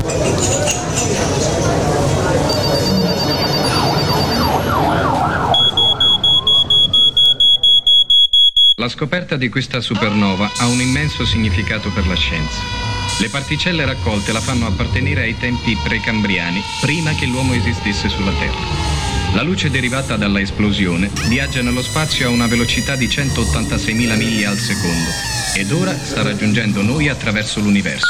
La scoperta di questa supernova ha un immenso significato per la scienza. Le particelle raccolte la fanno appartenere ai tempi precambriani, prima che l'uomo esistesse sulla Terra. La luce derivata dalla esplosione viaggia nello spazio a una velocità di 186.000 miglia al secondo ed ora sta raggiungendo noi attraverso l'universo.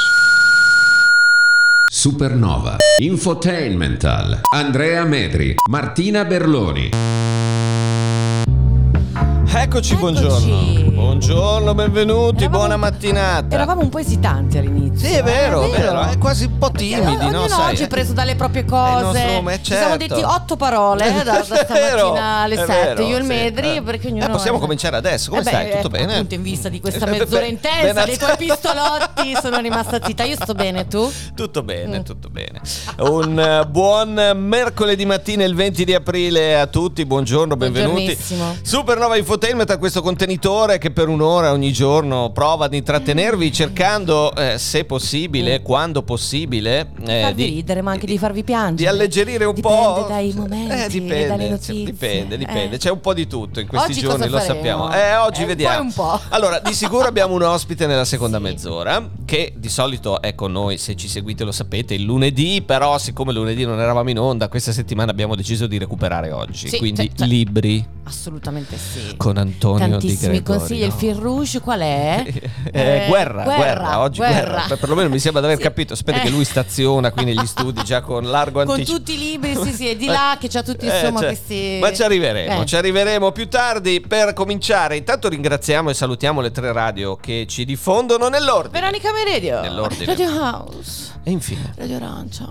Supernova Infotainmental. Andrea Medri, Martina Berloni. Eccoci, buongiorno. Buongiorno, benvenuti, buona mattinata. Eravamo un po' esitanti all'inizio. Sì, è vero, quasi un po' timidi, no? Sai, oggi è preso dalle proprie cose. Ci siamo detti 8 parole da stamattina alle 7. Io e il Medri, perché ognuno. Possiamo cominciare adesso. Come stai? Tutto bene? Appunto, in vista di questa mezz'ora intensa, dei tuoi pistolotti, sono rimasta zitta. Io sto bene, tu? Tutto bene, tutto bene. Un buon mercoledì mattina, il 20 di aprile a tutti. Buongiorno, benvenuti. Supernova Infotainment, a questo contenitore che per un'ora ogni giorno prova ad intrattenervi cercando, se possibile, quando possibile, di farvi ridere, ma anche di farvi piangere, di alleggerire un po'. Dipende dai momenti, dalle notizie. Dipende. C'è un po' di tutto in questi oggi giorni, lo sappiamo. Oggi vediamo. Un po'. Allora, di sicuro abbiamo un ospite nella seconda mezz'ora, che di solito è con noi, se ci seguite lo sapete, il lunedì, però siccome lunedì non eravamo in onda, questa settimana abbiamo deciso di recuperare oggi. Sì, quindi libri. Assolutamente sì. Con Antonio tantissimi Di Gregorio. Consigli. Il fil rouge qual è? Guerra. Oggi guerra. Perlomeno mi sembra di aver capito. Aspetta che lui staziona qui negli studi già con largo anticipo. Con tutti i libri, sì, è di là che c'ha tutti insomma questi. Ma ci arriveremo più tardi. Per cominciare, intanto ringraziamo e salutiamo le 3 radio che ci diffondono nell'ordine. Veronica Meredio, nell'ordine. Radio House e infine Radio Arancia.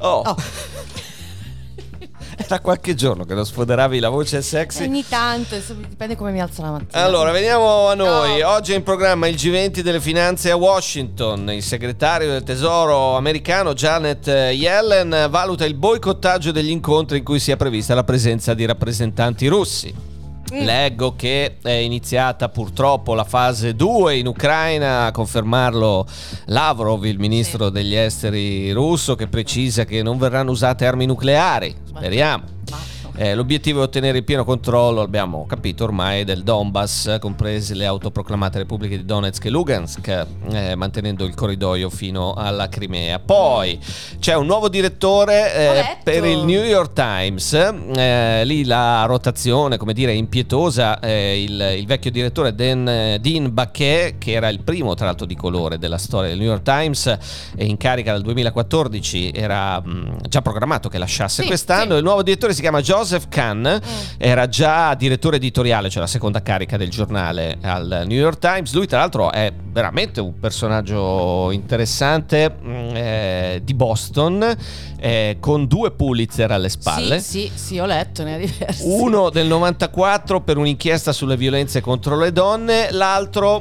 Era qualche giorno che non sfoderavi la voce sexy. Ogni tanto, dipende come mi alzo la mattina. Allora, veniamo a noi. Oggi è in programma il G20 delle finanze a Washington. Il segretario del tesoro americano Janet Yellen valuta il boicottaggio degli incontri in cui sia prevista la presenza di rappresentanti russi. Leggo che è iniziata purtroppo la fase 2 in Ucraina, a confermarlo Lavrov, il ministro degli esteri russo, che precisa che non verranno usate armi nucleari. Speriamo. L'obiettivo è ottenere il pieno controllo, abbiamo capito ormai, del Donbass, comprese le autoproclamate repubbliche di Donetsk e Lugansk, mantenendo il corridoio fino alla Crimea. Poi c'è un nuovo direttore per il New York Times, lì la rotazione, come dire, impietosa. Il vecchio direttore Dean Baquet, che era il primo tra l'altro di colore della storia del New York Times, è in carica dal 2014, era già programmato che lasciasse quest'anno. Il nuovo direttore si chiama Joseph Kahn, era già direttore editoriale, cioè la seconda carica del giornale al New York Times. Lui tra l'altro è veramente un personaggio interessante, di Boston, con 2 Pulitzer alle spalle. Sì, ho letto, ne ha diversi. Uno del 94 per un'inchiesta sulle violenze contro le donne, l'altro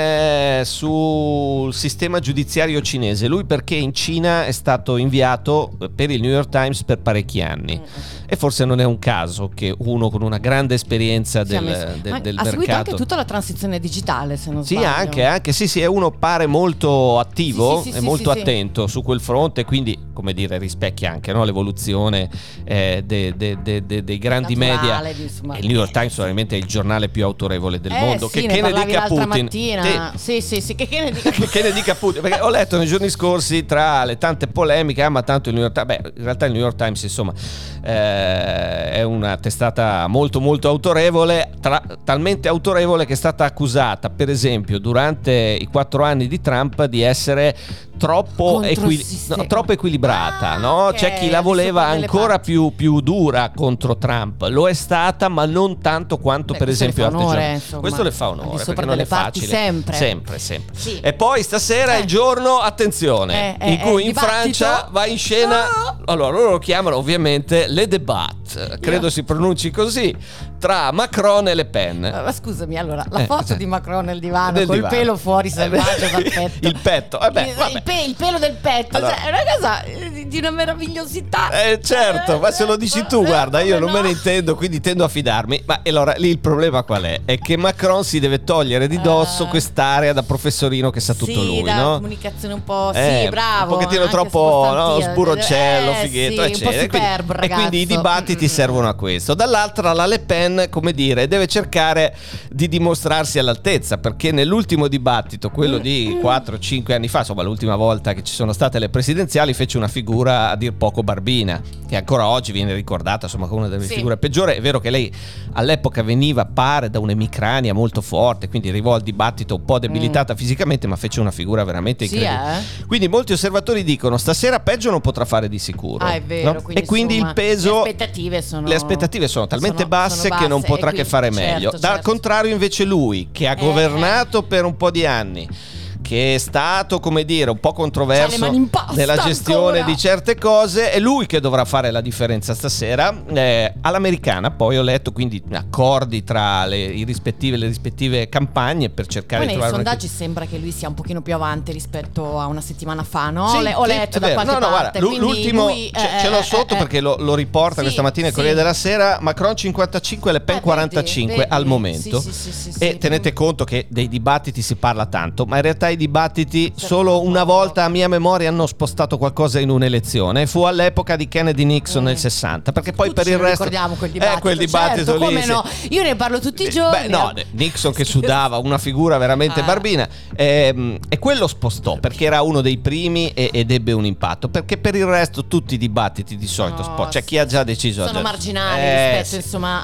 sul sistema giudiziario cinese. Lui perché in Cina è stato inviato per il New York Times per parecchi anni. E forse non è un caso che uno con una grande esperienza del mercato. Ha seguito anche tutta la transizione digitale, se non sbaglio. Anche sì, è uno pare molto attivo e molto attento su quel fronte, quindi, come dire, rispecchia anche, no, l'evoluzione dei grandi media. Il New York Times probabilmente è il giornale più autorevole del mondo. Che ne dica Putin. Mattina. Sì, che ne dica Putin. Che ne dica Putin, perché ho letto nei giorni scorsi, tra le tante polemiche, ma tanto il New York Times, in realtà il New York Times insomma è una testata molto molto autorevole, talmente autorevole che è stata accusata, per esempio, durante i 4 anni di Trump, di essere troppo equilibrata, no? C'è chi la voleva ancora più dura contro Trump. Lo è stata, ma non tanto quanto per esempio onore, questo le fa onore, perché non è facile, sempre. Sì. E poi stasera è il giorno, attenzione, in cui in Francia va in scena, allora loro lo chiamano ovviamente le débat, credo si pronunci così, tra Macron e Le Pen. Ma scusami, allora la foto di Macron nel divano col pelo fuori selvaggio dal petto. Il petto, il pelo del petto, allora, cioè, è una cosa di una meravigliosità. Certo, ma se lo dici tu, guarda, io non me ne intendo, quindi tendo a fidarmi. Ma allora lì il problema qual è? È che Macron si deve togliere di dosso quest'area da professorino che sa tutto lui, da no? comunicazione un po', sì, bravo. Un pochettino troppo, no? Sburoccello, fighetto, sì, eccetera. Un po' superbo, e quindi i dibattiti servono a questo. Dall'altra la Le Pen, come dire, deve cercare di dimostrarsi all'altezza, perché nell'ultimo dibattito, quello di 4-5 anni fa, insomma l'ultima volta che ci sono state le presidenziali, fece una figura a dir poco barbina, che ancora oggi viene ricordata insomma come una delle figure peggiori. È vero che lei all'epoca veniva, pare, da un'emicrania molto forte, quindi arrivò al dibattito un po' debilitata fisicamente, ma fece una figura veramente incredibile. Quindi molti osservatori dicono stasera peggio non potrà fare di sicuro. Ah, è vero, no? quindi, e quindi insomma, il peso, le aspettative sono talmente basse che non potrà che fare meglio. Dal contrario invece lui, che ha governato per un po' di anni, che è stato, come dire, un po' controverso nella gestione di certe cose, è lui che dovrà fare la differenza stasera. All'americana poi ho letto quindi accordi tra le rispettive campagne per cercare di trovare. Nei sondaggi sembra che lui sia un pochino più avanti rispetto a una settimana fa, no? Sì, ho letto da qualche parte. Guarda, l'ultimo ce l'ho sotto perché lo riporta questa mattina il Corriere della Sera. Macron 55, Le Pen 45 al momento. E tenete conto che dei dibattiti si parla tanto, ma in realtà i dibattiti solo una volta a mia memoria hanno spostato qualcosa in un'elezione. Fu all'epoca di Kennedy Nixon nel 60, perché poi per il resto ricordiamo quel dibattito, certo, come lì, no? Io ne parlo tutti i giorni. Nixon che sudava, una figura veramente barbina, e quello spostò perché era uno dei primi ed ebbe un impatto, perché per il resto tutti i dibattiti di solito cioè chi ha già deciso sono marginali rispetto insomma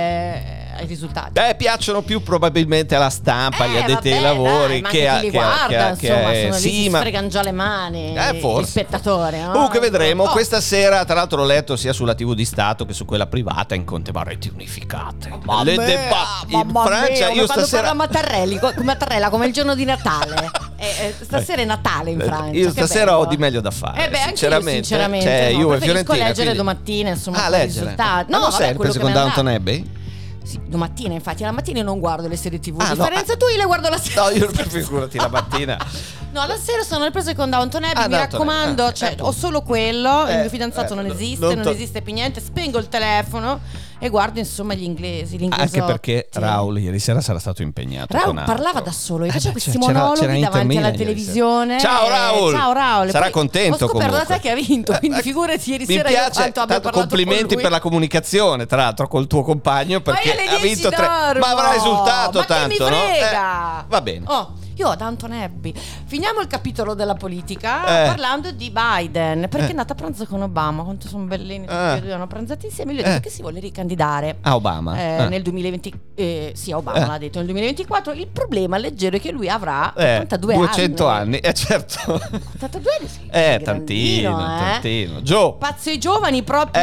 ai risultati. Piacciono più probabilmente alla stampa, agli addetti ai lavori, che a insomma, si fregano già le mani gli spettatori, no? Comunque vedremo. Questa sera, tra l'altro, ho letto sia sulla TV di Stato che su quella privata in reti unificate. Le debatti in Francia. Io stasera Mattarella come il giorno di Natale. Stasera è Natale in Francia. Io stasera ho di meglio da fare. Sinceramente. Preferisco leggere domattina, insomma, i risultati. No, sempre con Downton Abbey. Sì, domattina, infatti, alla mattina io non guardo le serie TV. Differenza tu, io le guardo la sera. No, io figurati la mattina. No, la sera sono le prese con Downton Abbey, mi raccomando, ho solo quello, il mio fidanzato non esiste più niente, spengo il telefono e guardo insomma gli inglesi. Anche perché Raul ieri sera sarà stato impegnato. Raul parlava da solo, faceva questi monologhi davanti alla televisione. Ciao Raul! Sarà contento comunque. Ho scoperto da te che ha vinto, quindi figurati ieri sera io quanto abbia parlato. Complimenti per la comunicazione, tra l'altro, col tuo compagno, perché ha vinto 3. Ma avrà risultato tanto, no? Va bene. Io ho Downton Abbey. Finiamo il capitolo della politica parlando di Biden, perché è andata a pranzo con Obama. Quanto sono bellini tutti e due, hanno pranzato insieme. Lui ha detto che si vuole ricandidare a Obama nel 2020. Sì, a Obama l'ha detto nel 2024. Il problema leggero è che lui avrà 82 200 anni. Certo. 82 anni, tantino. Joe. Pazzo i giovani proprio.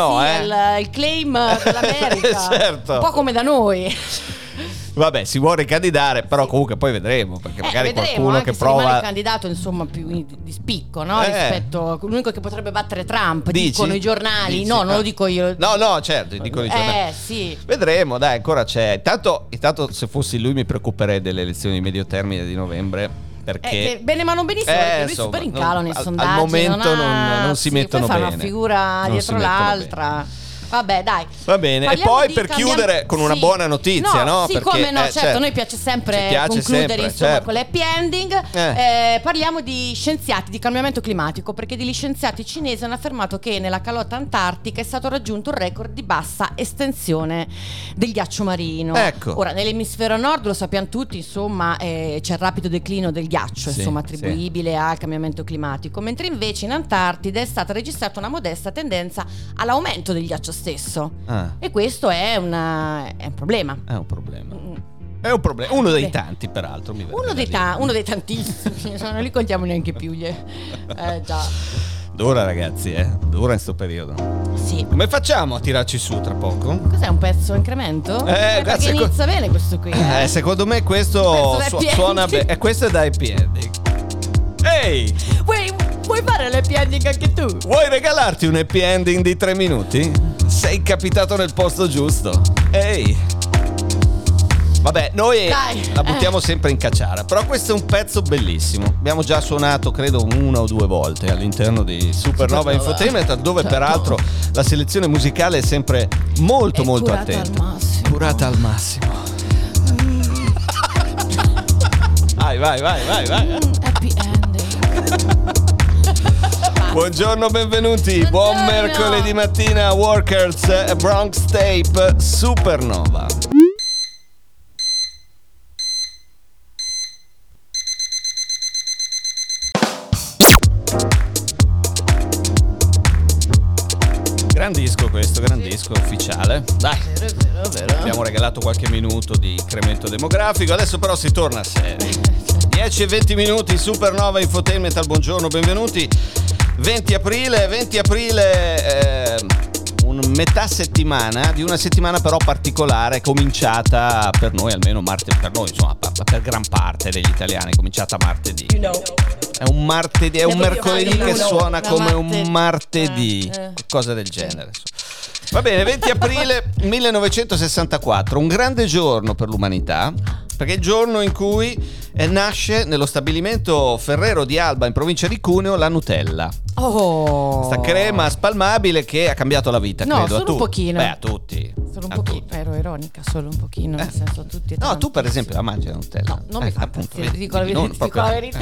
Il claim dell'America. Certo. Un po' come da noi. Vabbè, si vuole ricandidare, però comunque poi vedremo, perché magari qualcuno che prova. Rimane il candidato insomma più di spicco, no? Rispetto l'unico che potrebbe battere Trump, dicono i giornali. No, non lo dico io. No, certo, dicono i giornali. Sì. Vedremo, dai, ancora c'è. Intanto se fossi lui mi preoccuperei delle elezioni di medio termine di novembre. Perché bene ma non benissimo, perché lui è super in calo nei sondaggi. Al momento non si mettono bene. Fa una figura dietro l'altra. Vabbè, dai. Va bene. Parliamo e poi per chiudere con una buona notizia, no? Sì, perché, come no, certo, noi piace sempre concludere insomma con l'happy ending. Parliamo di scienziati di cambiamento climatico, perché degli scienziati cinesi hanno affermato che nella calotta antartica è stato raggiunto un record di bassa estensione del ghiaccio marino. Ecco. Ora, nell'emisfero nord lo sappiamo tutti, insomma, c'è il rapido declino del ghiaccio, insomma, attribuibile al cambiamento climatico, mentre invece in Antartide è stata registrata una modesta tendenza all'aumento del ghiaccio stesso. E questo è un problema. È un problema. Uno dei tanti, peraltro. Uno dei tantissimi. Non li contiamo neanche più. Già. Dura, ragazzi, dura in sto periodo. Sì. Come facciamo a tirarci su tra poco? Cos'è, un pezzo incremento? Perché inizia bene questo qui. Secondo me questo suona bene. Questo è da happy ending. Ehi! Vuoi fare l'happy ending anche tu? Vuoi regalarti un happy ending di 3 minuti? Sei capitato nel posto giusto. Ehi! Vabbè, noi Dai. la buttiamo sempre in cacciara, però questo è un pezzo bellissimo. Abbiamo già suonato, credo, 1 o 2 volte all'interno di Supernova Infotainment, dove peraltro la selezione musicale è sempre molto attenta. Curata al massimo. Vai. Happy ending. Buongiorno, benvenuti. Buon mercoledì mattina, Workers, Bronx Tape, Supernova. Gran disco questo, gran disco ufficiale. Dai, Vero. abbiamo regalato qualche minuto di incremento demografico, adesso però si torna a serio. 10 e 20 minuti, Supernova Infotainment, buongiorno, benvenuti. 20 aprile, un metà settimana di una settimana però particolare, cominciata per noi, almeno martedì, per noi insomma, per gran parte degli italiani, cominciata martedì. È un martedì, è un mercoledì che suona come un martedì, cosa del genere. Va bene, 20 aprile 1964, un grande giorno per l'umanità, perché è il giorno in cui nasce nello stabilimento Ferrero di Alba in provincia di Cuneo la Nutella. Sta crema spalmabile che ha cambiato la vita, credo, a solo tutti. un pochino. Beh, a tutti. Solo un pochino, ero ironica, solo un pochino, nel senso tutti e No, tu per esempio la mangi la Nutella? No, non mi fa appunto, impazzire, vedi, dico la verità. non proprio- Dico la verità.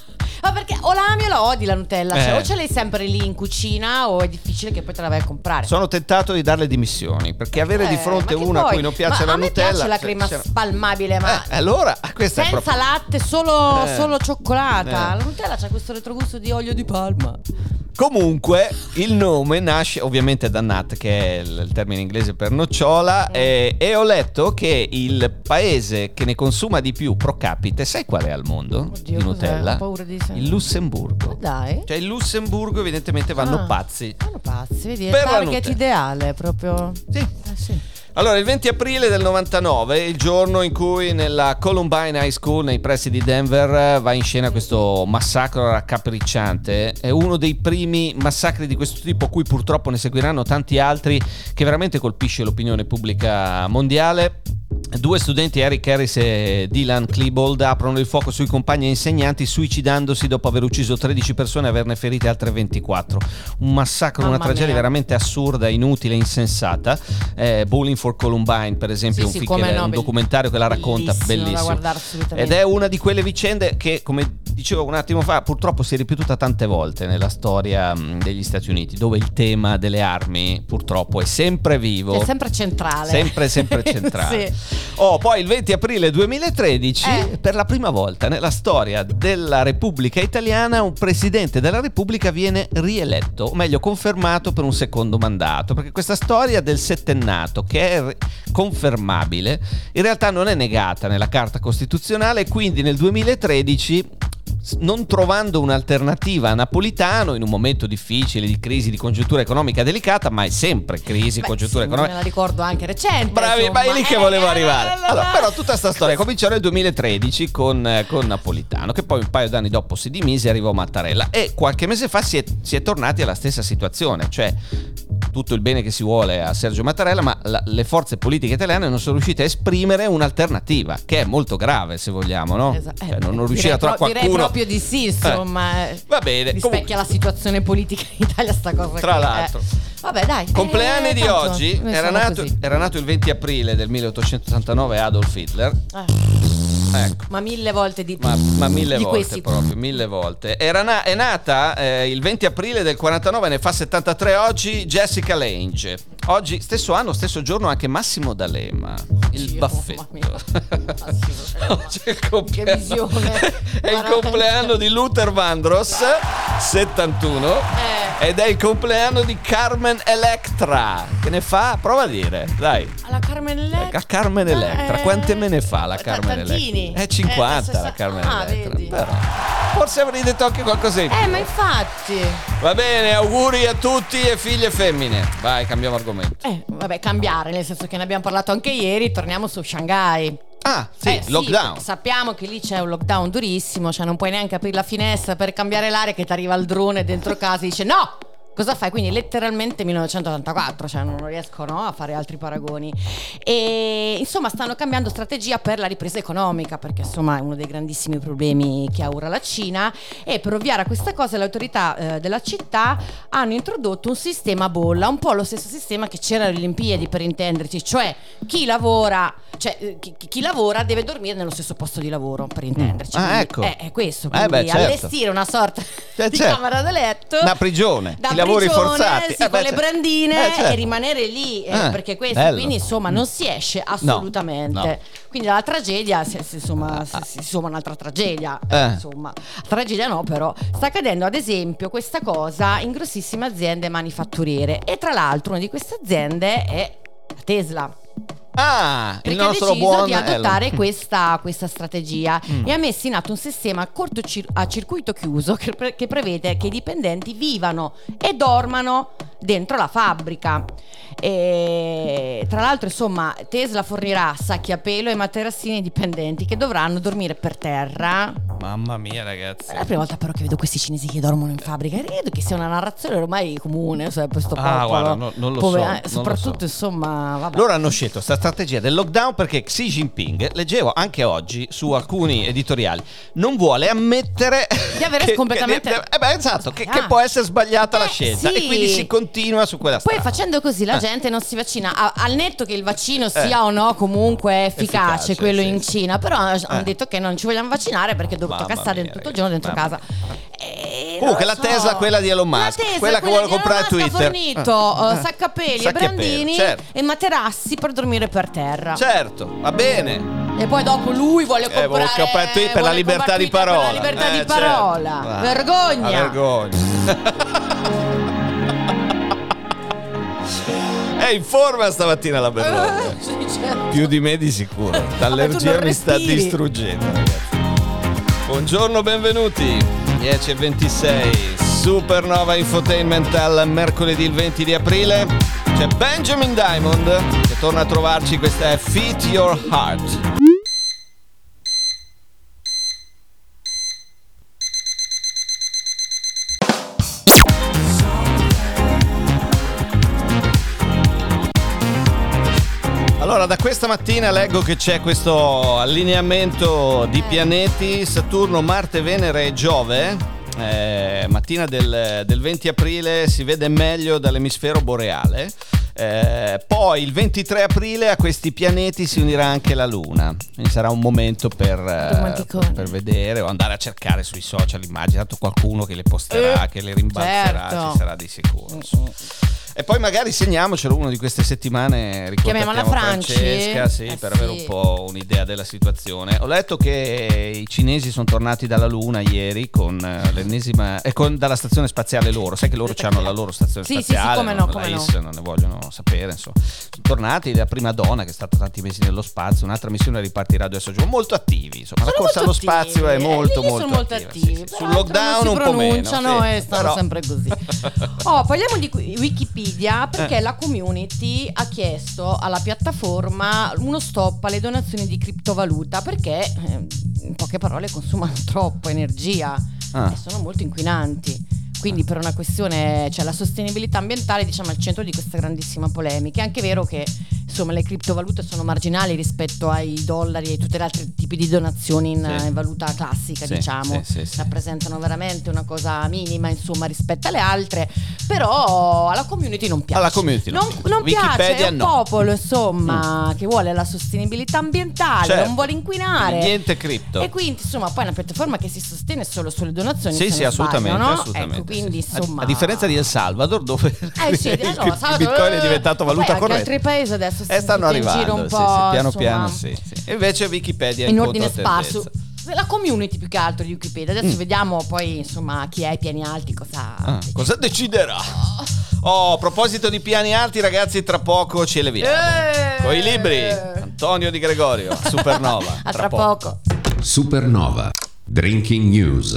Ma perché o la ami o la odi la Nutella, cioè o ce l'hai sempre lì in cucina o è difficile che poi te la vai a comprare. Sono tentato di dare le dimissioni, perché avere di fronte ma che una a poi? cui non piace Ma la a me Nutella, piace la crema spalmabile, ma allora questa è senza proprio... latte, solo cioccolata. Eh. La Nutella c'ha questo retrogusto di olio di palma. Comunque il nome nasce ovviamente da nut, che è il termine inglese per nocciola, e ho letto che il paese che ne consuma di più pro capite, sai qual è al mondo? Oddio, di cos'è? Nutella? Ho paura di Il Lussemburgo. Dai. Cioè il Lussemburgo evidentemente vanno pazzi. Vanno pazzi, vedi, è Per il la target Nutella. ideale proprio. Sì. Sì. Allora, il 20 aprile del 99, il giorno in cui nella Columbine High School nei pressi di Denver va in scena questo massacro raccapricciante. È uno dei primi massacri di questo tipo, cui purtroppo ne seguiranno tanti altri, che veramente colpisce l'opinione pubblica mondiale. 2 studenti, Eric Harris e Dylan Klebold, aprono il fuoco sui compagni e insegnanti, suicidandosi dopo aver ucciso 13 persone e averne ferite altre 24. Un massacro, una tragedia mia. veramente assurda, inutile, insensata. Bowling for Columbine, per esempio, Sì, un documentario che la racconta, da bellissimo. guardare assolutamente. Ed è una di quelle vicende che, come dicevo un attimo fa, purtroppo si è ripetuta tante volte nella storia degli Stati Uniti, dove il tema delle armi purtroppo è sempre vivo. È sempre centrale. Sempre centrale. Sì. Poi il 20 aprile 2013, per la prima volta nella storia della Repubblica Italiana, un presidente della Repubblica viene rieletto, o meglio confermato per un secondo mandato, perché questa storia del settennato, che è confermabile, in realtà non è negata nella Carta Costituzionale, e quindi nel 2013, non trovando un'alternativa a Napolitano in un momento difficile di crisi, di congiuntura economica delicata, ma è sempre crisi, congiuntura economica. Me la ricordo anche recente. Bravi, insomma. ma è lì che volevo arrivare. Allora, però tutta sta storia cominciò nel 2013 con Napolitano, che poi un paio d'anni dopo si dimise e arrivò Mattarella, e qualche mese fa si è tornati alla stessa situazione, cioè tutto il bene che si vuole a Sergio Mattarella, ma le forze politiche italiane non sono riuscite a esprimere un'alternativa, che è molto grave, se vogliamo, no? Esatto. Cioè, non riuscire a trovare Direi qualcuno. proprio di sì, insomma. Va bene. Rispecchia la situazione politica in Italia, sta cosa. Tra l'altro. Vabbè, dai. Compleanni di tanto, oggi, noi era siamo nato il 20 aprile del 1889 Adolf Hitler. così. Ecco. Ma 1000 volte di più. Ma 1000 di volte questi. proprio, 1000 volte. È nata il 20 aprile del 49, ne fa 73 oggi, Jessica Lange. Oggi, stesso anno, stesso giorno, anche Massimo D'Alema, il baffetto. Oggi è il Che visione. è il compleanno di Luther Vandross, 71. Ed è il compleanno di Carmen Electra. Che ne fa? Prova a dire, dai. La Carmen Electra. La Carmen Electra, quante me ne fa la Carmen tantini. Electra? È 50 la Carmen Electra. Vedi. Però forse avrei detto anche qualcosa in più. Ma infatti. Va bene, auguri a tutti e figlie femmine. Vai, cambiamo argomento. Vabbè, cambiare, nel senso che ne abbiamo parlato anche ieri, torniamo su Shanghai. Ah, sì, lockdown. Sappiamo che lì c'è un lockdown durissimo, cioè non puoi neanche aprire la finestra per cambiare l'aria, che ti arriva il drone dentro casa e dice no! Cosa fai? Quindi letteralmente 1984, cioè non riesco a fare altri paragoni. E insomma stanno cambiando strategia per la ripresa economica, perché insomma è uno dei grandissimi problemi che ha ora la Cina, e per ovviare a questa cosa le autorità della città hanno introdotto un sistema bolla, un po' lo stesso sistema che c'era alle Olimpiadi, per intenderci, cioè chi lavora deve dormire nello stesso posto di lavoro, per intenderci. Ecco. È questo, quindi certo. allestire una sorta di camera da letto, una prigione, da i lavori prigione, forzati con le brandine, certo. e rimanere lì, perché questo, bello. quindi insomma non si esce assolutamente. No. Quindi dalla tragedia si somma un'altra tragedia, insomma tragedia no, però sta accadendo ad esempio questa cosa in grossissime aziende manifatturiere, e tra l'altro una di queste aziende è la Tesla. Il Perché nostro ha deciso buon di adottare questa strategia e ha messo in atto un sistema a circuito chiuso che prevede che i dipendenti vivano e dormano dentro la fabbrica. E tra l'altro insomma Tesla fornirà sacchi a pelo e materassini ai dipendenti che dovranno dormire per terra. Mamma mia, ragazzi, È la prima volta però che vedo questi cinesi che dormono in fabbrica. Credo che sia una narrazione ormai comune, cioè, questo popolo. Guarda, non lo so. Soprattutto insomma, vabbè. Loro hanno scelto questa strategia del lockdown perché Xi Jinping, leggevo anche oggi su alcuni editoriali, non vuole ammettere di avere completamente esatto, che può essere sbagliata la scelta, sì. e quindi si continua su quella strada. Poi facendo così la gente non si vaccina, al netto che il vaccino sia o no comunque efficace quello in Cina, però hanno detto che non ci vogliamo vaccinare perché è dovuto cassare tutto il giorno dentro casa. Comunque la Tesla, quella di Elon Musk, quella che vuole comprare Twitter, ha fornito saccapeli e brandini, certo. e materassi per dormire per terra. Certo, va bene. E poi dopo lui vuole comprare Twitter per la libertà di parola. Per la libertà di parola. Certo. Vergogna. È in forma stamattina la Berlogna. Certo. Più di me di sicuro. L'allergia mi sta distruggendo, ragazzi. Buongiorno, benvenuti. 10:26, Supernova Infotainment al mercoledì il 20 di aprile. C'è Benjamin Diamond che torna a trovarci, questa è Fit Your Heart. Allora, da questa mattina leggo che c'è questo allineamento di pianeti: Saturno, Marte, Venere e Giove. Mattina del 20 aprile si vede meglio dall'emisfero boreale. Poi il 23 aprile a questi pianeti si unirà anche la Luna, quindi sarà un momento per vedere o andare a cercare sui social immagini, tanto qualcuno che le posterà, che le rimbalzerà, certo. Ci sarà di sicuro, insomma. E poi magari segniamocelo una di queste settimane, chiamiamola Francesca, per avere un po' un'idea della situazione. Ho letto che i cinesi sono tornati dalla Luna ieri con l'ennesima dalla stazione spaziale loro. Sai che loro hanno la loro stazione spaziale, come non ne vogliono sapere, insomma. Sono tornati, la prima donna che è stata tanti mesi nello spazio, un'altra missione ripartirà adesso giù. Molto attivi, insomma. La corsa allo spazio è molto attivi. Sì. Sul lockdown un po' meno, e stanno sempre così. Parliamo di Wikipedia, perché la community ha chiesto alla piattaforma uno stop alle donazioni di criptovaluta, perché in poche parole consumano troppo energia e sono molto inquinanti. Quindi per una questione, cioè la sostenibilità ambientale, diciamo, al centro di questa grandissima polemica. È anche vero che insomma le criptovalute sono marginali rispetto ai dollari e tutti gli altri tipi di donazioni in valuta classica, diciamo. Rappresentano veramente una cosa minima, insomma, rispetto alle altre. Però alla community non piace. Alla community non piace, è un popolo, insomma, che vuole la sostenibilità ambientale, non vuole inquinare. Niente cripto. E quindi, insomma, poi è una piattaforma che si sostiene solo sulle donazioni. Sì, assolutamente, no? assolutamente. Ecco, quindi, insomma, a differenza di El Salvador, dove il Salvador, Bitcoin è diventato valuta corrente. Anche altri paesi adesso stanno arrivando, in giro un po', piano piano, sì. E invece Wikipedia in ordine sparso. La community più che altro di Wikipedia. Adesso vediamo poi, insomma, chi ha i piani alti cosa deciderà. A proposito di piani alti, ragazzi, tra poco ci eleviamo con i libri. Antonio Di Gregorio, Supernova. Tra poco. Supernova Drinking News.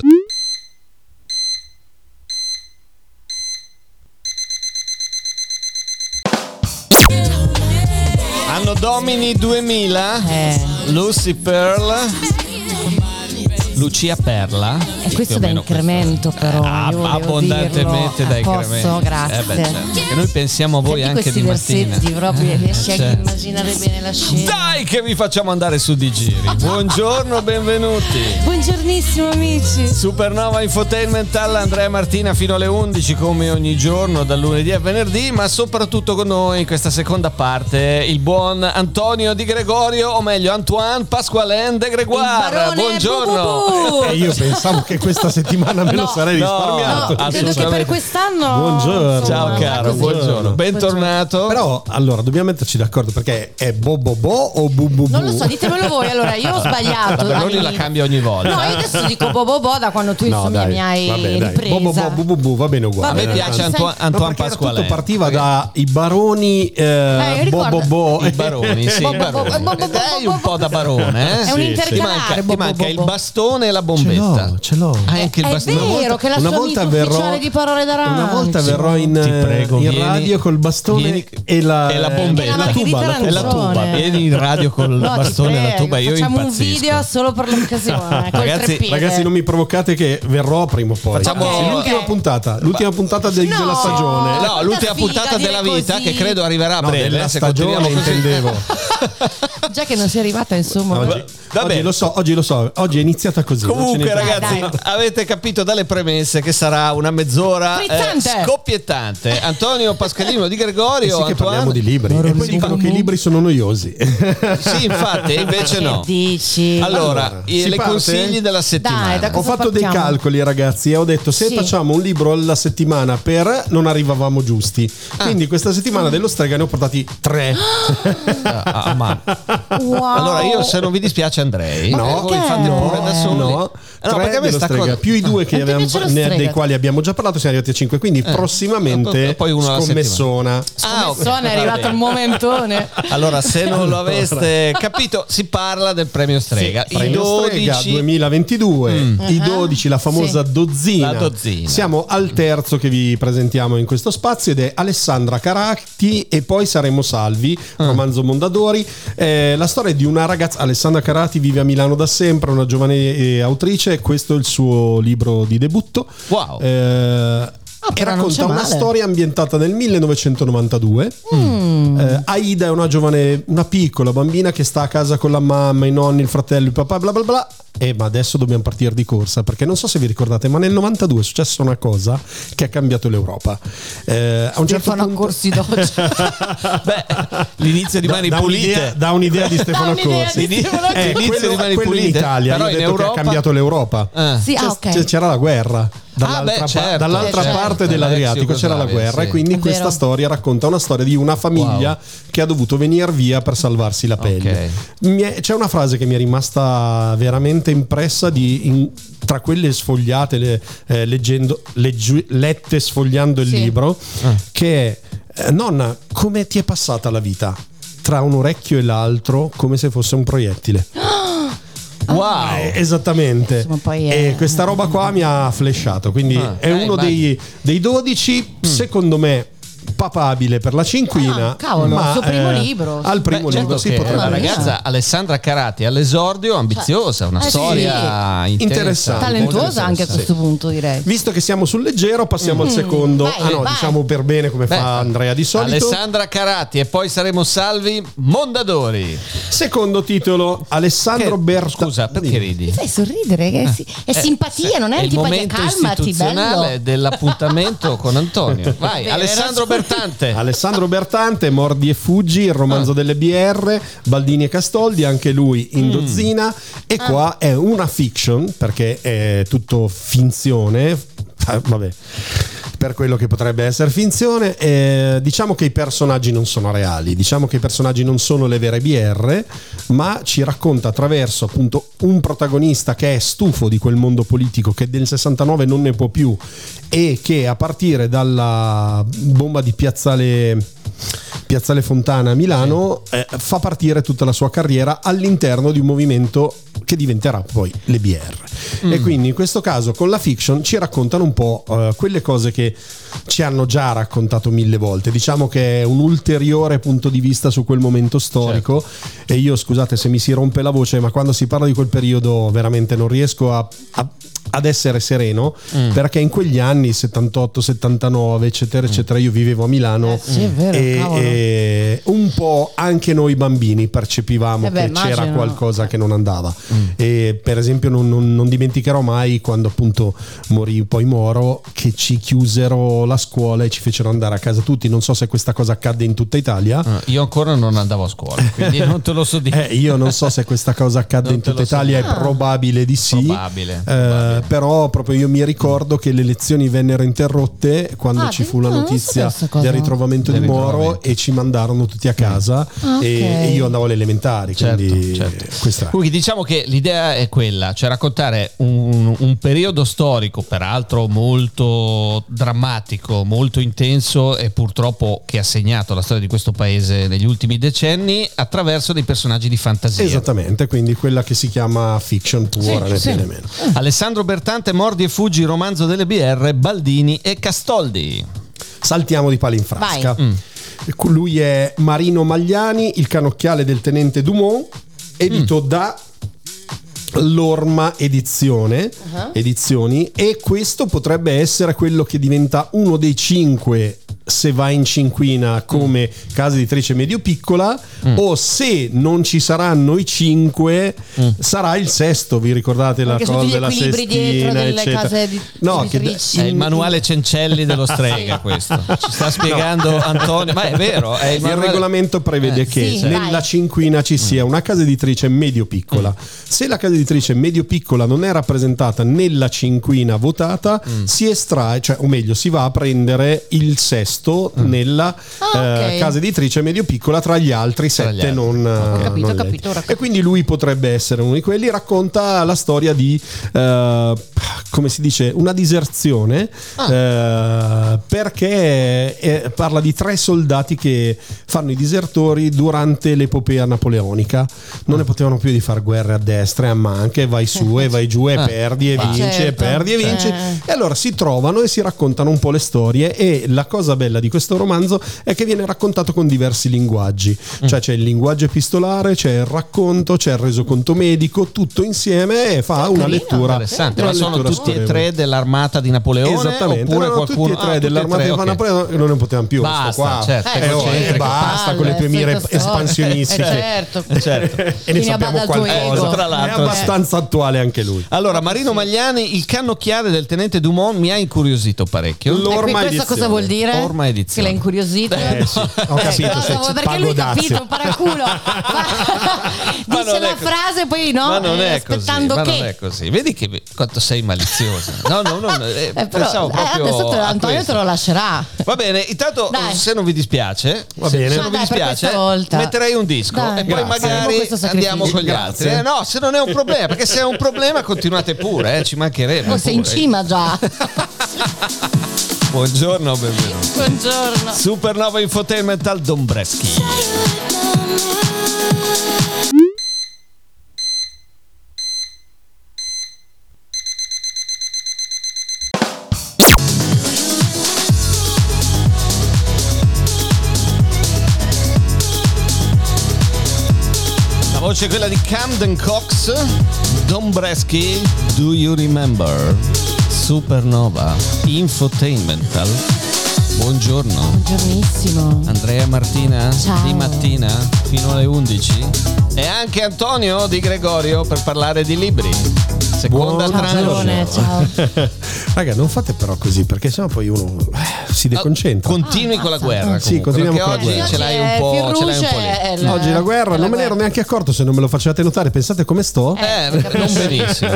Anno Domini 2000, Lucy Lucia Perla. E questo da incremento però. Abbondantemente da incremento. Posso? Grazie. Certo. Che noi pensiamo a voi Senti anche di mattina. versetti proprio riesci a immaginare bene la scena. Dai che vi facciamo andare su di giri. Buongiorno, benvenuti. Buongiornissimo amici. Supernova Infotainment alla Andrea Martina fino alle 11 come ogni giorno dal lunedì a venerdì, ma soprattutto con noi in questa seconda parte il buon Antonio Di Gregorio, o meglio Antoine Pasqualen de Gregoire. Buongiorno. Io pensavo che questa settimana me lo sarei risparmiato. No, credo che per quest'anno. Buongiorno. Ciao caro, buongiorno. Bentornato. Però allora dobbiamo metterci d'accordo, perché è bo o bu bu bu? Non lo so, ditemelo voi. Allora io ho sbagliato. Vabbè, lui la cambia ogni volta. No, io adesso dico bo da quando tu insomma mi hai ripresa. Bu va bene uguale. A me piace Antoine Pasqualen. Tutto partiva da i baroni I baroni, sì. Dai un po' da barone, È un intercalare. Ti manca il bastone e la bombetta. Ce l'ho. Anche il È bastone. vero che la sua amica ufficiale di parole d'arancio. Una volta verrò in radio col bastone e la bombetta. E la tuba. Vieni in radio col bastone e la tuba. Io facciamo impazzisco. un video solo per l'occasione. Ragazzi, non mi provocate che verrò prima o poi. Facciamo l'ultima puntata della stagione. No, l'ultima puntata della vita che credo arriverà a breve. Della stagione intendevo. Già che non sei arrivata, insomma. Oggi lo so, oggi è iniziata così. Comunque ragazzi, avete capito dalle premesse che sarà una mezz'ora scoppiettante. Antonio Pasqualino Di Gregorio, sì, che parliamo di libri e poi dicono che i libri sono noiosi. Sì, infatti, invece no. Dici? Allora, le consigli della settimana. Dai, ho fatto dei calcoli, ragazzi, e ho detto se facciamo un libro alla settimana non arrivavamo giusti. Quindi questa settimana dello strega ne ho portati 3. Wow. Allora io, se non vi dispiace, andrei. No, voi fate pure da soli. No, perché a me sta cosa più i 2 che dei quali abbiamo già parlato, siamo arrivati a 5. Quindi prossimamente poi uno scommessona. Scommessona, è arrivato il momentone. Allora, se non lo aveste capito, si parla del premio Strega. I 12 2022, i 12, la famosa dozzina. La dozzina. Siamo al terzo che vi presentiamo in questo spazio ed è Alessandra Carati e poi saremo salvi, romanzo Mondadori. La storia di una ragazza, Alessandra Carati vive a Milano da sempre, una giovane autrice, questo è il suo libro di debutto. Wow. E racconta una storia ambientata nel 1992. Aida è una piccola bambina che sta a casa con la mamma, i nonni, il fratello, il papà, bla bla bla. Ma adesso dobbiamo partire di corsa, perché non so se vi ricordate, ma nel 92 è successa una cosa che ha cambiato l'Europa. A un certo punto Corsi d'oggi. L'inizio di Mani Pulite da un'idea di Stefano Corsi. L'inizio di Mani Quello in Pulite, Italia, però io ho in detto Europa che ha cambiato l'Europa. C'era la guerra. Dall'altra parte dell'Adriatico c'era la guerra, e quindi questa storia racconta una storia di una famiglia che ha dovuto venire via per salvarsi la pelle. C'è una frase che mi è rimasta veramente impressa tra quelle sfogliate lette sfogliando il libro, che è nonna, come ti è passata la vita? Tra un orecchio e l'altro, come se fosse un proiettile. Wow, esattamente. E questa roba qua mi ha flashato. Quindi è uno dei 12, secondo me, papabile per la cinquina. Cavolo, il suo primo libro. Al primo libro si potrebbe. La ragazza Alessandra Carati all'esordio, ambiziosa, una storia interessante, talentuosa anche a questo punto, direi. Visto che siamo sul leggero, passiamo al secondo. Diciamo per bene come fa Andrea di solito. Alessandra Carati e poi saremo salvi, Mondadori. Secondo titolo, Alessandro Scusa, perché ridi? Mi fai sorridere, è simpatia, non è il antipatia. momento istituzionale dell'appuntamento con Antonio. Vai, Alessandro Bertante, Mordi e Fuggi, il romanzo delle BR, Baldini e Castoldi, anche lui in dozzina. E qua è una fiction, perché è tutto finzione. Vabbè, per quello che potrebbe essere finzione. Diciamo che i personaggi non sono reali, diciamo che i personaggi non sono le vere BR, ma ci racconta attraverso appunto un protagonista che è stufo di quel mondo politico, che del 69 non ne può più, e che a partire dalla bomba di Piazzale Fontana a Milano fa partire tutta la sua carriera all'interno di un movimento che diventerà poi le BR. E quindi in questo caso con la fiction ci raccontano un po' quelle cose che ci hanno già raccontato 1000 volte. Diciamo che è un ulteriore punto di vista su quel momento storico. Certo. E io, scusate se mi si rompe la voce, ma quando si parla di quel periodo veramente non riesco ad essere sereno, perché in quegli anni 78, 79 eccetera eccetera io vivevo a Milano, sì, è vero, e un po' anche noi bambini percepivamo che c'era qualcosa che non andava. E per esempio non dimenticherò mai quando appunto morì poi Moro, che ci chiusero la scuola e ci fecero andare a casa tutti. Non so se questa cosa accadde in tutta Italia. Io ancora non andavo a scuola, quindi non te lo so dire. Io non so se questa cosa accadde in tutta Italia, è probabile di sì. Probabile. Però proprio io mi ricordo che le lezioni vennero interrotte quando ci fu la notizia del ritrovamento di Moro, e ci mandarono tutti a casa. E io andavo alle elementari, quindi questa. Quindi diciamo che l'idea è quella, cioè raccontare un periodo storico peraltro molto drammatico, molto intenso, e purtroppo che ha segnato la storia di questo paese negli ultimi decenni attraverso dei personaggi di fantasia. Esattamente, quindi quella che si chiama fiction pura, né più né meno. Alessandro Bertante, Mordi e Fuggi, romanzo delle BR, Baldini e Castoldi. Saltiamo di palo in frasca. Lui è Marino Magliani, il cannocchiale del tenente Dumont, edito da l'Orma Edizioni, e questo potrebbe essere quello che diventa uno dei 5 se va in cinquina come casa editrice medio-piccola, o se non ci saranno i 5 sarà il sesto. Vi ricordate la cosa della sestina, eccetera? È il manuale Cencelli dello strega, questo ci sta spiegando Antonio, ma è vero, è il regolamento prevede che nella cinquina ci sia una casa editrice medio-piccola. Se la casa editrice medio-piccola non è rappresentata nella cinquina votata, si estrae, cioè, o meglio, si va a prendere il sesto nella casa editrice medio-piccola tra gli altri 7 non capito. E quindi lui potrebbe essere uno di quelli. Racconta la storia di come si dice, una diserzione, perché parla di 3 soldati che fanno i disertori durante l'epopea napoleonica. Non ne potevano più di far guerre a destra e a manche, vai su e vai giù e perdi e vinci e perdi e vinci, e allora si trovano e si raccontano un po' le storie. E la cosa bella di questo romanzo è che viene raccontato con diversi linguaggi, cioè c'è il linguaggio epistolare, c'è il racconto, c'è il resoconto medico, tutto insieme, e fa una lettura interessante. Ma sono tutti e 3 dell'armata di Napoleone? Esattamente, oppure tutti e 3 dell'armata di Napoleone, non ne potevano più. Basta, basta con le tue mire espansionistiche. Certo. E ne sappiamo qualcosa, tra l'altro è abbastanza attuale anche lui. Allora, Marino Magliani, il cannocchiale del tenente Dumont, mi ha incuriosito parecchio. Questo cosa vuol dire? Orma Edizioni. Che l'ha incuriosito? Sì, ho capito. Perché lui ha capito, un paraculo. Dice la frase, poi ma non è aspettando così, che. ma non è così. Vedi che quanto sei maliziosa. No, pensavo proprio adesso Antonio te lo lascerà. Va bene, intanto se non vi dispiace, se non vi dispiace, metterei un disco e poi magari andiamo con gli altri. No, se non è un problema, perché se è un problema continuate pure, ci mancherebbe. O sei in cima già. Buongiorno, benvenuti. Buongiorno. Supernova Infotainment al Dombreschi. La voce è quella di Camden Cox, Dombreschi, Do You Remember? Supernova Infotainmental. Buongiorno. Buongiornissimo. Andrea Martina. Ciao. Di mattina fino alle 11. E anche Antonio Di Gregorio per parlare di libri. Seconda tranche. Ciao. Raga, non fate però così, perché sennò poi uno si deconcentra. Continui con la guerra. Sì, continuiamo con la oggi guerra. ce l'hai un po' lì. Oggi la guerra, non me ne ero neanche accorto se non me lo facevate notare. Pensate come sto? Non benissimo.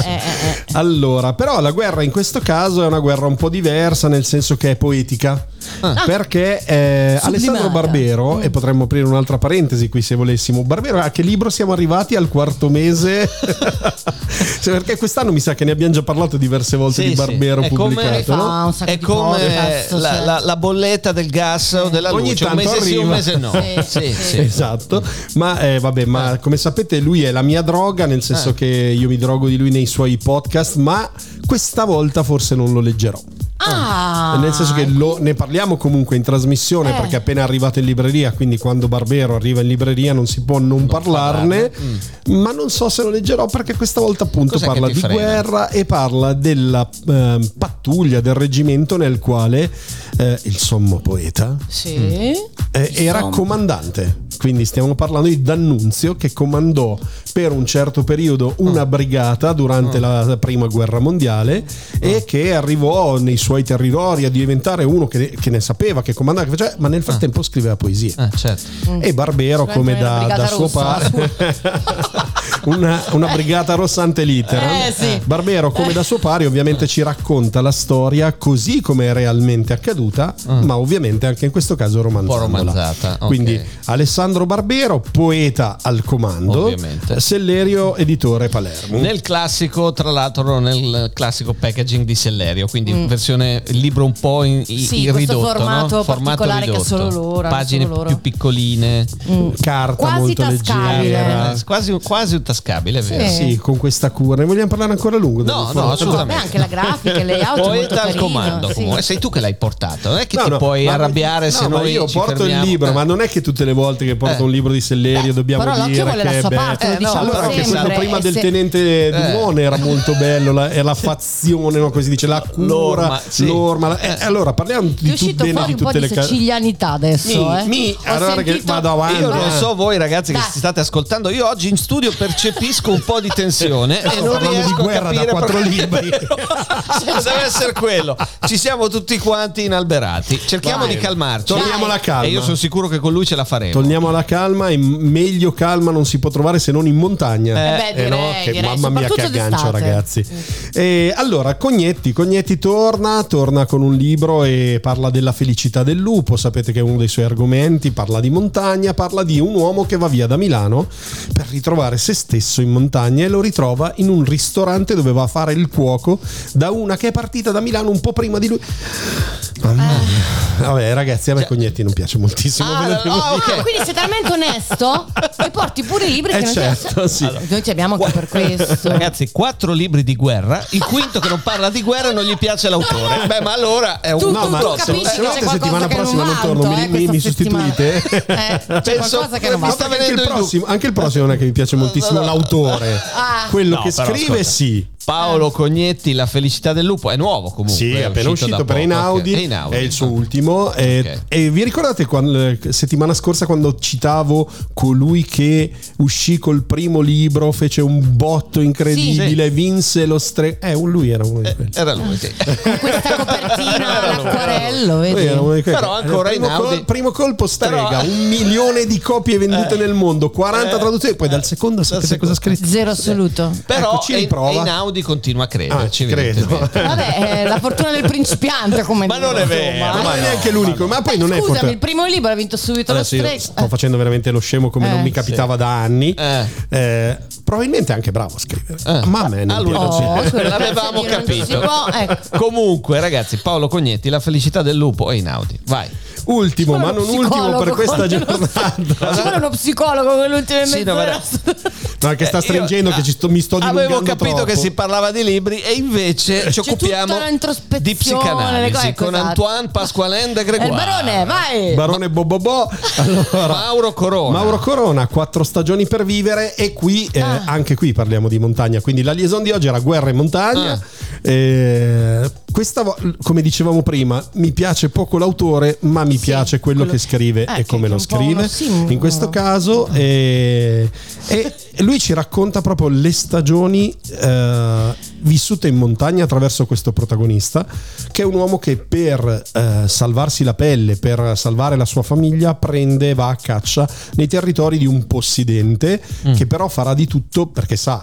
Allora, però la guerra in questo caso è una guerra un po' diversa, nel senso che è poetica. perché Alessandro Sublimata. Barbero, e potremmo aprire un'altra parentesi qui se volessimo. Barbero, a che libro siamo arrivati al quarto mese? Perché quest'anno mi sa che ne abbiamo già parlato diverse volte di Barbero È come- pubblicato, no? Fa un sacco È di come podcast, cioè. la bolletta del gas o della Ogni luce, un tanto mese sì, un arriva. mese no. Sì. Esatto, ma ma come sapete lui è la mia droga, nel senso che io mi drogo di lui nei suoi podcast, ma questa volta forse non lo leggerò. Nel senso che ne parliamo comunque in trasmissione perché è appena arrivato in libreria, quindi quando Barbero arriva in libreria non si può non parlarne. Ma non so se lo leggerò perché questa volta appunto Cos'è parla che ti di frena? guerra e parla della pattuglia del reggimento nel quale il sommo poeta era comandante. Quindi stiamo parlando di D'Annunzio, che comandò per un certo periodo una brigata durante la prima guerra mondiale e che arrivò nei suoi territori a diventare uno che ne sapeva, che comandava, che faceva, ma nel frattempo scriveva poesie. Certo. E Barbero, come Una da brigata suo rossa. padre, una brigata rossa ante litteram. Sì. Barbero, come da suo pari, ovviamente ci racconta la storia così come è realmente accaduta, ma ovviamente anche in questo caso romanzandola. Un po' romanzata, ok. Quindi Alessandro Barbero, poeta al comando, Ovviamente. Sellerio, editore Palermo. Nel classico, tra l'altro, nel classico packaging di Sellerio, quindi versione libro un po' in Sì, ridotto, questo formato no? particolare che ridotto. ha solo loro, hanno Pagine solo loro. più piccoline, Carta Quasi molto tascabile. leggera. quasi un tascabile, è vero? Sì, con questa cura. Ne vogliamo parlare ancora a lungo? No, Dello assolutamente. Beh, anche la grafica, il layout è molto Poeta al carino, comando, sì. comunque. Sei tu che l'hai portato, non è che ti No, puoi ma- arrabbiare se no, ma noi io ci porto fermiamo. il libro, ma non è che tutte le volte che porto un libro di Sellerio dobbiamo però l'occhio dire vuole la che è sua bello. parte, lo diciamo allora anche sempre, quello prima e del se- tenente Dumone era molto bello, la fazione, no? Così si dice, la cura, L'orma, sì. l'orma. Allora parliamo È di uscito bene fuori di un po' tutte di le case. sicilianità adesso. Ho allora che sentito- vado avanti. Io non so voi ragazzi che Dai. state ascoltando, io oggi in studio percepisco un po' di tensione e non parlando riesco di guerra a da capire 4 perché- libri. Deve essere quello. Ci siamo tutti quanti inalberati. Cerchiamo di calmarci. Torniamo alla calma. E io sono sicuro che con lui ce la faremo. Torniamo alla calma, e meglio calma non si può trovare se non in montagna. direi, Che direi, mamma mia che soprattutto aggancio, d'estate. ragazzi. E allora Cognetti torna con un libro e parla della felicità del lupo. Sapete che è uno dei suoi argomenti, parla di montagna, parla di un uomo che va via da Milano per ritrovare se stesso in montagna e lo ritrova in un ristorante dove va a fare il cuoco da una che è partita da Milano un po' prima di lui. Mamma mia. Vabbè ragazzi, a me Cognetti non piace moltissimo, ve lo devo dire. ok. Quindi sei talmente onesto che porti pure i libri che non Certo, sì. Noi ci abbiamo anche per questo. Ragazzi, 4 libri di guerra, il quinto che non parla di guerra e non gli piace l'autore. Beh, ma allora è un Tu- No, ma capisci se che c'è volete qualcosa settimana che prossima non non va torno, alto, mi questa sostituite? c'è Penso- qualcosa che non mi va. sta Anche venendo il anche il prossimo non è che mi piace moltissimo l'autore. Quello No, che però, scrive ascolta. sì. Paolo Cognetti, La felicità del lupo, è nuovo comunque. Sì, è appena uscito da per poco, Einaudi, ok. Einaudi. è il suo ultimo. Ok. E vi ricordate settimana scorsa quando citavo colui che uscì col primo libro, fece un botto incredibile, vinse lo lui era uno di quelli. Era lui, sì. Con questa copertina all'acquarello, Lui vedi? era uno di quelli. Però ancora Einaudi. primo colpo strega, Però- 1 milione di copie vendute nel mondo, 40 traduzioni, poi dal secondo sapete cosa ha scritto? Zero assoluto. Però Ecco, ci riprova. Einaudi continua a crederci. ci credo. evidentemente. Vabbè, è la fortuna del principiante, come Ma dico, non è vero, insomma. Ma non è neanche l'unico, ma poi non è Scusami, fortuna. il primo libro ha vinto subito Adesso lo io Strega. sto facendo veramente lo scemo come non mi capitava da anni. Probabilmente è anche bravo a scrivere, ma a me non A lui non piace. si- l'avevamo se non capito. si può, ecco. Comunque, ragazzi, Paolo Cognetti, La felicità del lupo e Einaudi. Vai. Ultimo, Ci ma vuole non uno ultimo per psicologo questa con giornata. Ci vuole uno psicologo con l'ultima Sì, no, mezz'ora. No, che sta stringendo, che mi sto dilungando Avevo capito troppo. che si parlava di libri e invece ci C'è occupiamo tutta l'introspezione, di psicanalisi ecco, con esatto. Antoine Pasqualin de Il Gregoire. barone, vai! Barone Bobobò. Allora, Mauro Corona. Mauro Corona, 4 stagioni per vivere, e qui anche qui parliamo di montagna, quindi la liaison di oggi era guerra e montagna. Come dicevamo prima, mi piace poco l'autore, ma mi piace quello che scrive e che come è lo un po' scrive uno simbolo. in questo caso, e lui ci racconta proprio le stagioni vissute in montagna attraverso questo protagonista, che è un uomo che per salvarsi la pelle, per salvare la sua famiglia, va a caccia nei territori di un possidente, che però farà di tutto perché sa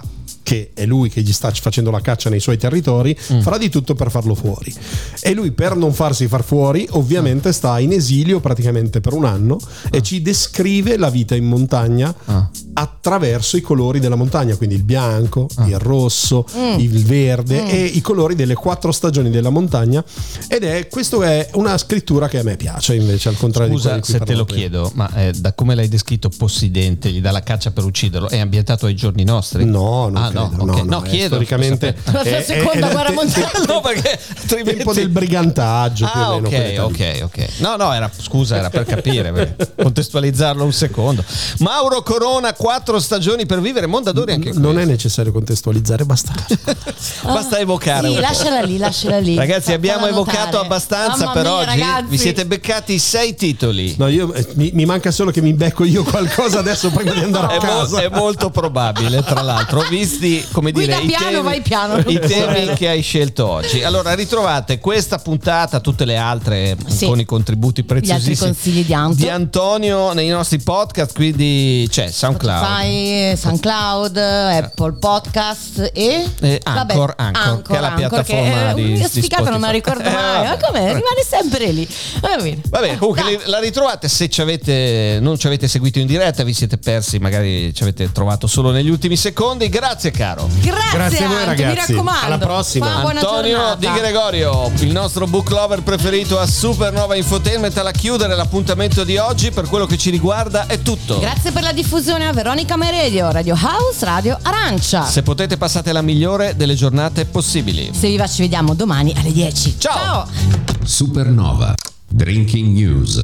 che è lui che gli sta facendo la caccia nei suoi territori, farà di tutto per farlo fuori. E lui, per non farsi far fuori, ovviamente sta in esilio praticamente per un anno e ci descrive la vita in montagna attraverso i colori della montagna, quindi il bianco, il rosso, il verde e i colori delle 4 stagioni della montagna. Ed questo è una scrittura che a me piace, invece, al contrario. Scusa di quelli se cui te lo parlavo chiedo, ma da come l'hai descritto, Possidente gli dà la caccia per ucciderlo, è ambientato ai giorni nostri? No, non credo, okay. no, chiedo storicamente La seconda guerra mondiale. no, perché il tempo del brigantaggio più o meno. Ok. No, era per capire, per contestualizzarlo un secondo. Mauro Corona, 4 stagioni per vivere, Mondadori anche qui. Non è necessario contestualizzare, basta evocare. Sì, lasciala lì. Ragazzi, abbiamo evocato notare. abbastanza Mamma per mia, oggi. ragazzi. Vi siete beccati 6 titoli. No, io mi manca solo che mi becco io qualcosa adesso prima di andare a casa. È molto probabile, tra l'altro, visti come Guida dire piano, vai piano. i temi che hai scelto oggi. Allora, ritrovate questa puntata, tutte le altre con i contributi preziosissimi, gli altri consigli di Antonio nei nostri podcast, quindi c'è SoundCloud, Apple Podcast e Anchor, che è la piattaforma di Spotify. Non me la ricordo mai, ma come? Rimane sempre lì. Va bene, comunque la ritrovate. Se non ci avete seguito in diretta, vi siete persi, magari ci avete trovato solo negli ultimi secondi. Grazie caro. Grazie a voi, ragazzi. Mi raccomando. Alla prossima. Fa una buona Antonio giornata. Di Gregorio, il nostro book lover preferito a Supernova Infotainment. A chiudere l'appuntamento di oggi, per quello che ci riguarda, è tutto. Grazie per la diffusione a Veronica My Radio, Radio House, Radio Arancia. Se potete, passate la migliore delle giornate possibili. Se vi va, ci vediamo domani alle 10. Ciao. Supernova Drinking News.